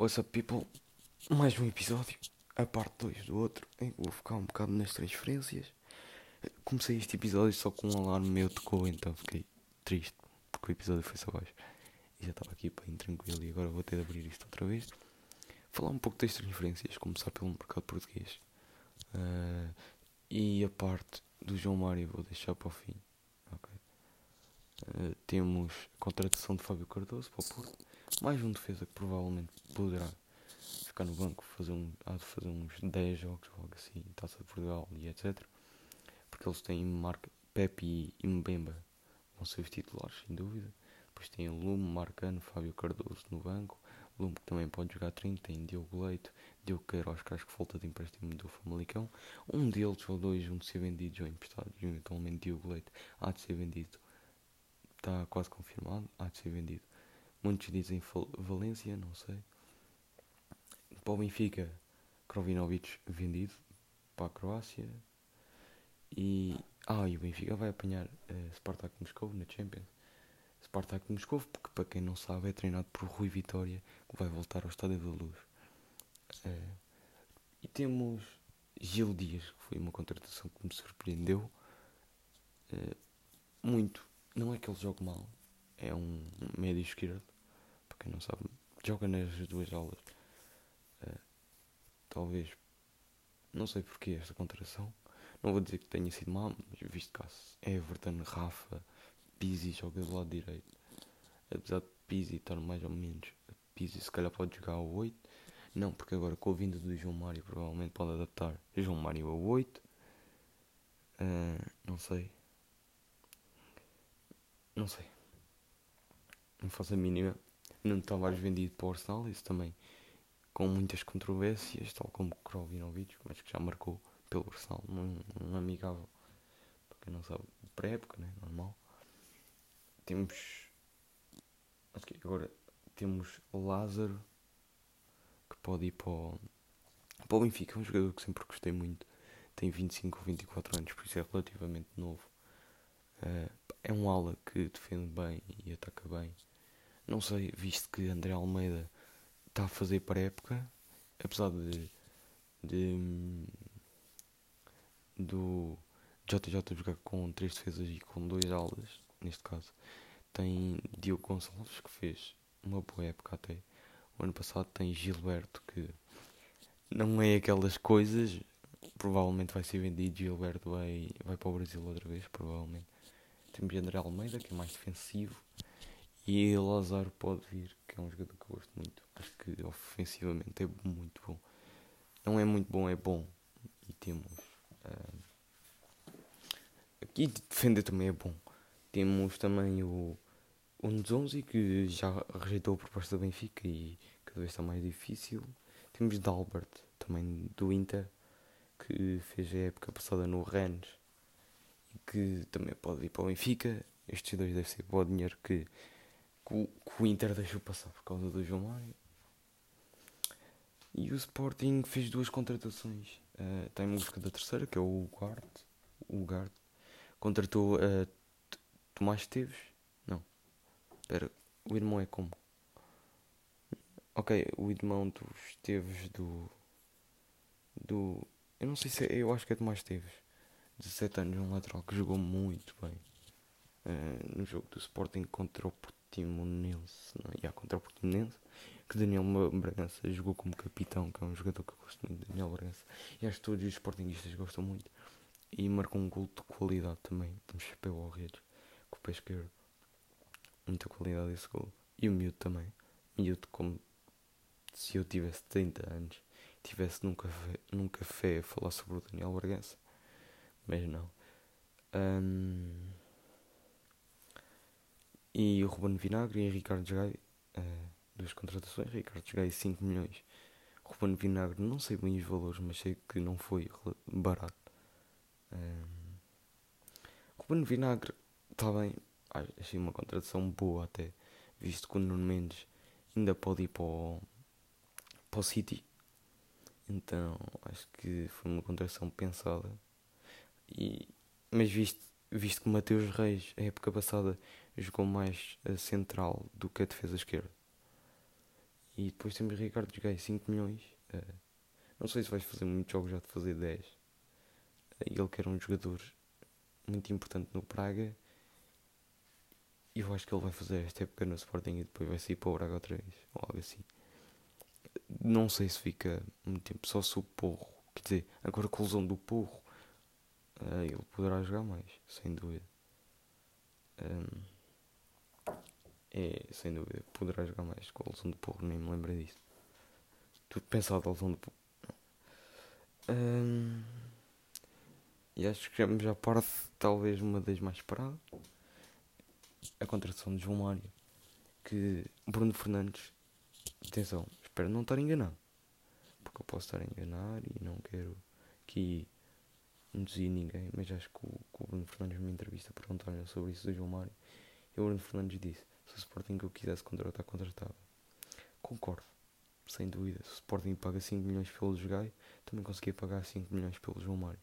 What's up, people? Mais um episódio, a parte 2 do outro, em que vou focar um bocado nas transferências. Comecei este episódio só com um alarme meu tocou, então fiquei triste, porque o episódio foi só baixo. E já estava aqui bem tranquilo e agora vou ter de abrir isto outra vez. Falar um pouco das transferências, começar pelo mercado português. E a parte do João Mário vou deixar para o fim. Okay. Temos a contratação de Fábio Cardoso para o Porto. Mais um defesa que provavelmente poderá ficar no banco, há de fazer uns 10 jogos ou algo assim, Taça de Portugal e etc. Porque eles têm Pepe e Mbemba, vão ser os titulares, sem dúvida. Depois tem o Lume, Marcano, Fábio Cardoso no banco. Lume que também pode jogar 30, tem Diogo Leite, Diogo Queiroz, que acho que falta de empréstimo do Famalicão. Um deles ou dois, um de ser vendido ou emprestado, eventualmente Diogo Leite, há de ser vendido. Está quase confirmado, há de ser vendido. Muitos dizem Valência, não sei. Para o Benfica, Krovinovic vendido para a Croácia. E o Benfica vai apanhar Spartak Moscovo na Champions. Spartak Moscovo, porque para quem não sabe é treinado por Rui Vitória, que vai voltar ao Estádio da Luz. E temos Gil Dias, que foi uma contratação que me surpreendeu muito. Não é que ele jogue mal, é um médio esquerdo, para quem não sabe, joga nas duas aulas. Talvez, não sei porque esta contratação. Não vou dizer que tenha sido mal, mas visto que Everton, Rafa, Pizzi joga do lado direito. Apesar de Pizzi estar mais ou menos, Pizzi se calhar pode jogar ao 8. Não, porque agora com a vinda do João Mário provavelmente pode adaptar João Mário ao 8. Não sei. Não sei. Não faço a mínima. Nuno Tavares vendido para o Arsenal, isso também com muitas controvérsias, tal como Krovinovic, mas que já marcou pelo Arsenal, um amigável, para quem não sabe, pré-época, né? Normal. Agora temos Lázaro, que pode ir para o Benfica, é um jogador que sempre gostei muito, tem 25 ou 24 anos, por isso é relativamente novo. É um ala que defende bem e ataca bem. Não sei, visto que André Almeida está a fazer pré-época, apesar do JJ jogar com 3 defesas e com 2 alas, neste caso. Tem Diogo Gonçalves, que fez uma boa época até. O ano passado tem Gilberto, que não é aquelas coisas. Provavelmente vai ser vendido. Gilberto vai para o Brasil outra vez, provavelmente. Temos André Almeida, que é mais defensivo. E Lázaro pode vir, que é um jogador que eu gosto muito. Acho que ofensivamente é muito bom. Não é muito bom, é bom. E temos... aqui defender também é bom. Temos também o Nzonzi, que já rejeitou a proposta do Benfica e cada vez está mais difícil. Temos Dalbert, também do Inter, que fez a época passada no Rennes e que também pode ir para o Benfica. Estes dois devem ser bom dinheiro que o Inter deixou passar por causa do João Mário. E o Sporting fez 2 contratações. Está em busca da terceira, que é o Ugarte. Contratou Tomás Esteves. Não, espera, o irmão é como? Ok, o irmão dos Esteves do... Eu não sei se é, eu acho que é Tomás Esteves. 17 anos, um lateral que jogou muito bem. No jogo do Sporting contra o Portimonense. Contra o Portimonense. Que Daniel Bragança jogou como capitão, que é um jogador que eu gosto muito, Daniel Bragança. E acho que todos os Sportingistas gostam muito. E marcou um gol de qualidade também. Um chapéu ao redes, com o pé esquerdo. Muita qualidade esse gol. E o miúdo também. Miúdo como se eu tivesse 30 anos, tivesse num café a falar sobre o Daniel Bragança. Mas não. E o Ruben Vinagre e o Ricardo Gai, 2 contratações. Ricardo Gai 5 milhões. Ruben Vinagre, não sei bem os valores, mas sei que não foi barato. Ruben Vinagre, está bem. Achei uma contratação boa até, visto que o Nuno Mendes ainda pode ir para o City. Então acho que foi uma contratação pensada. Mas visto que o Mateus Reis, a época passada, jogou mais a central do que a defesa esquerda. E depois temos Ricardo Gaio, 5 milhões. Não sei se vais fazer muitos jogos, já de fazer 10. Ele que era um jogador muito importante no Braga. E eu acho que ele vai fazer esta época no Sporting e depois vai sair para o Braga outra vez. Ou algo assim. Não sei se fica muito tempo, só se o Porro. Quer dizer, agora com a lesão do Porro, ele poderá jogar mais, sem dúvida. Sem dúvida, poderá jogar mais com a lesão do Porro, nem me lembro disso. Tudo pensado a lesão do Porro. E acho que chegamos à parte, talvez uma das mais esperadas. A contratação de João Mário. Que Bruno Fernandes, atenção, espero não estar enganado. Porque eu posso estar a enganar e não quero aqui induzir ninguém. Mas acho que o Bruno Fernandes, numa entrevista, perguntaram sobre isso do João Mário. E o Bruno Fernandes disse: se o Sporting que eu quisesse contratar, contratava. Concordo, sem dúvida. Se o Sporting paga 5 milhões pelo Jogai, também conseguia pagar 5 milhões pelo João Mário.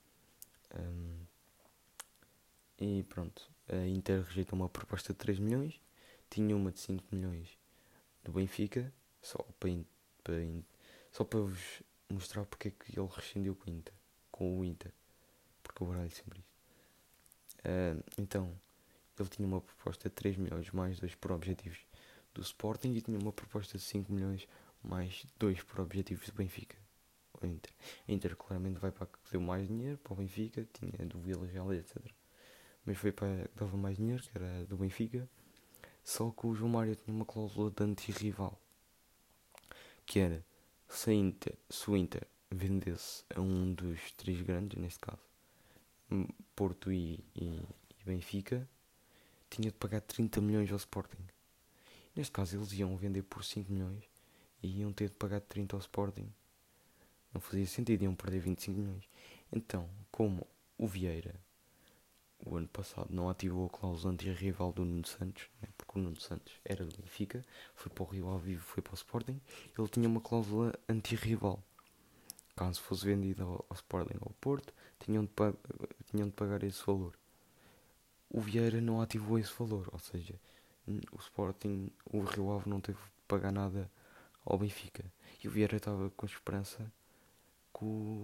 E pronto, a Inter rejeitou uma proposta de 3 milhões. Tinha uma de 5 milhões do Benfica. Só para vos mostrar porque é que ele rescindiu com o Inter. Porque eu baralho sempre isso. Então, ele tinha uma proposta de 3 milhões mais 2 por objetivos do Sporting e tinha uma proposta de 5 milhões mais 2 por objetivos do Benfica. O Inter. A Inter claramente vai para que deu mais dinheiro para o Benfica, tinha do Villarreal, etc. Mas foi para que dava mais dinheiro, que era do Benfica. Só que o João Mário tinha uma cláusula de anti-rival, que era se o Inter vendesse a um dos três grandes, neste caso Porto e Benfica, tinha de pagar 30 milhões ao Sporting. Neste caso eles iam vender por 5 milhões e iam ter de pagar 30 ao Sporting. Não fazia sentido, iam perder 25 milhões. Então, como o Vieira o ano passado não ativou a cláusula anti-rival do Nuno Santos, né, porque o Nuno Santos era do Benfica, foi para o Rio Ave, foi para o Sporting, ele tinha uma cláusula anti-rival. Caso fosse vendido ao Sporting ou ao Porto, tinham de pagar esse valor. O Vieira não ativou esse valor, ou seja, o Sporting, o Rio Ave não teve de pagar nada ao Benfica. E o Vieira estava com esperança que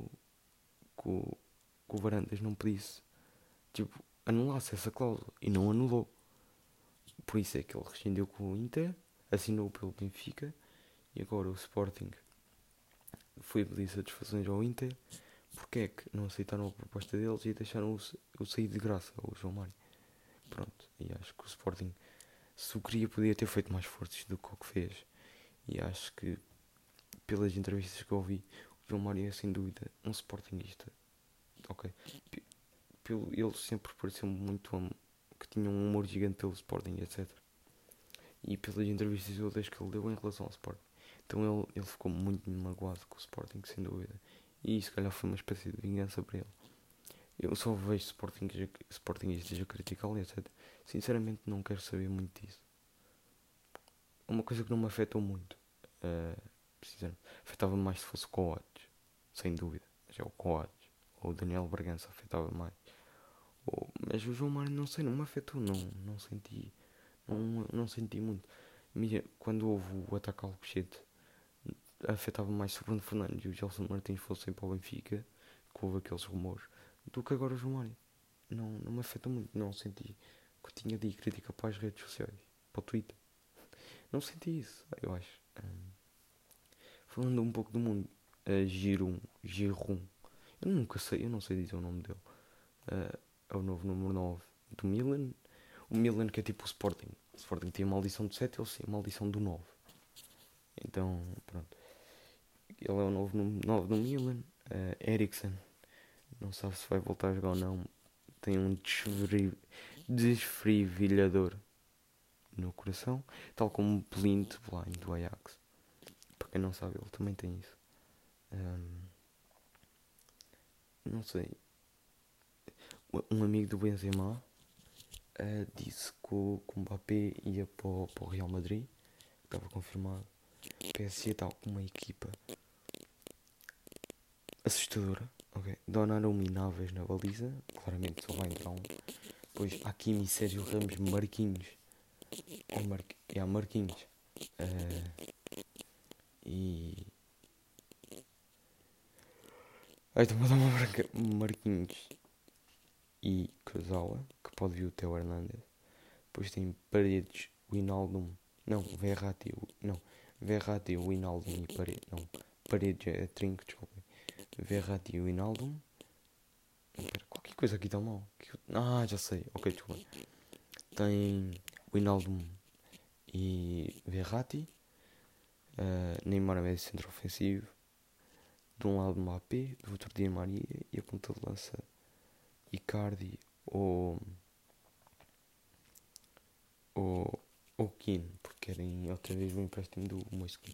o Varandas não pedisse, anulasse essa cláusula. E não anulou. Por isso é que ele rescindiu com o Inter, assinou pelo Benfica, e agora o Sporting foi pedir satisfações ao Inter. Porque é que não aceitaram a proposta deles e deixaram-o sair de graça, o João Mário? Pronto, e acho que o Sporting, se o queria, podia ter feito mais fortes do que o que fez. E acho que, pelas entrevistas que eu ouvi, o João Mário é sem dúvida um Sportingista. Ok? Ele sempre pareceu muito que tinha um humor gigante pelo Sporting, etc. E pelas entrevistas todas que ele deu em relação ao Sporting. Então ele ficou muito magoado com o Sporting, sem dúvida. E se calhar foi uma espécie de vingança para ele. Eu só vejo Sportingistas a criticá-lo, etc. Sinceramente não quero saber muito disso. Uma coisa que não me afetou muito. Afetava-me mais se fosse o Coates. Sem dúvida. Mas é o Coates. Ou o Daniel Bragança afetava mais. Mas o João Mário não sei, não me afetou. Não senti. Não senti muito. Quando houve o ataque ao Alcochete, afetava mais se o Bruno Fernandes e o Gelson Martins fossem para o Benfica, que houve aqueles rumores, do que agora o João Mário. Não me afeta muito. Não senti que eu tinha de ir crítica para as redes sociais, para o Twitter. Não senti isso, eu acho. Falando um pouco do mundo, Giroud, eu não sei dizer o nome dele. É o novo número 9 do Milan. O Milan que é tipo o Sporting. O Sporting tem a maldição do 7, ele tem a maldição do 9. Então, pronto. Ele é o novo número 9 do Milan. Eriksen, não sabe se vai voltar a jogar ou não. Tem um desfrivilhador no coração, tal como o Blind do Ajax. Para quem não sabe, ele também tem isso. Não sei. Um amigo do Benzema disse que o Mbappé ia para o Real Madrid. Estava confirmado. O PSG está com uma equipa assustadora. Okay. Donnarumma e Naves na baliza. Claramente só vai entrar um. Depois Hakimi, Sérgio Ramos, Marquinhos. Marquinhos. Aí estou a dar uma Marquinhos e Kurzawa, que pode vir o Theo Hernandes. Depois tem Paredes, Wijnaldum. Não, Verratti, Wijnaldum e Paredes. Não, Paredes é trinco, desculpa. Verratti e Wijnaldum. Espera, qualquer coisa aqui está mal. Ah, já sei. Ok, desculpa. Tem Wijnaldum e Verratti. Neymar é médio centro ofensivo. De um lado Mbappé, do outro Di Maria e a ponta de lança Icardi ou Keane, porque querem outra vez o empréstimo do Moiskin.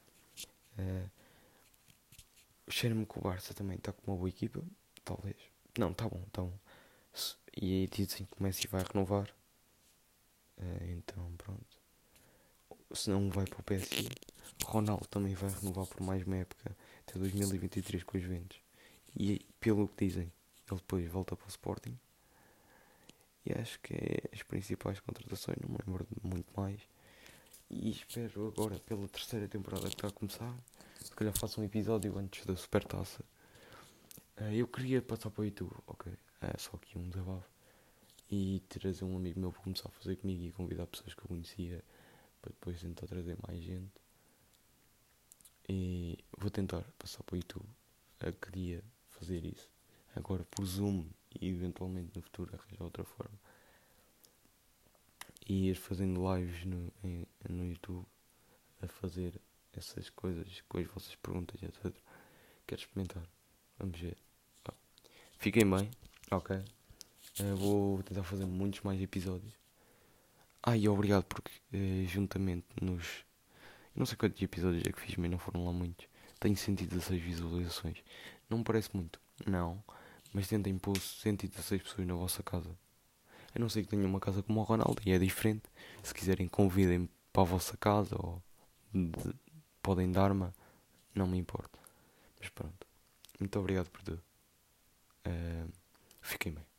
Cheiro-me que o Barça também está com uma boa equipa, talvez. Não, está bom, está bom. E aí dizem que o Messi vai renovar. Então pronto. Se não vai para o PSG, Ronaldo também vai renovar por mais uma época até 2023 com os Juventus. E pelo que dizem, ele depois volta para o Sporting. E acho que é as principais contratações, não me lembro de muito mais. E espero agora, pela terceira temporada que está a começar, se calhar faça um episódio antes da Supertaça. Eu queria passar para o YouTube, ok? Só aqui um desabafo. E trazer um amigo meu para começar a fazer comigo e convidar pessoas que eu conhecia para depois tentar trazer mais gente. E vou tentar passar para o YouTube a que dia fazer isso. Agora por Zoom e eventualmente no futuro arranjar outra forma. E ir fazendo lives no YouTube a fazer essas coisas com as vossas perguntas, etc. Quero experimentar. Vamos ver. Fiquem bem, ok? Vou tentar fazer muitos mais episódios. E obrigado porque juntamente nos... Eu não sei quantos episódios é que fiz, mas não foram lá muitos. Tenho 116 visualizações. Não me parece muito, não. Mas tentem pôr 116 pessoas na vossa casa. Eu não sei que tenham uma casa como o Ronaldo e é diferente. Se quiserem convidem-me para a vossa casa ou podem dar-me. Não me importa. Mas pronto. Muito obrigado por tudo. Fiquem bem.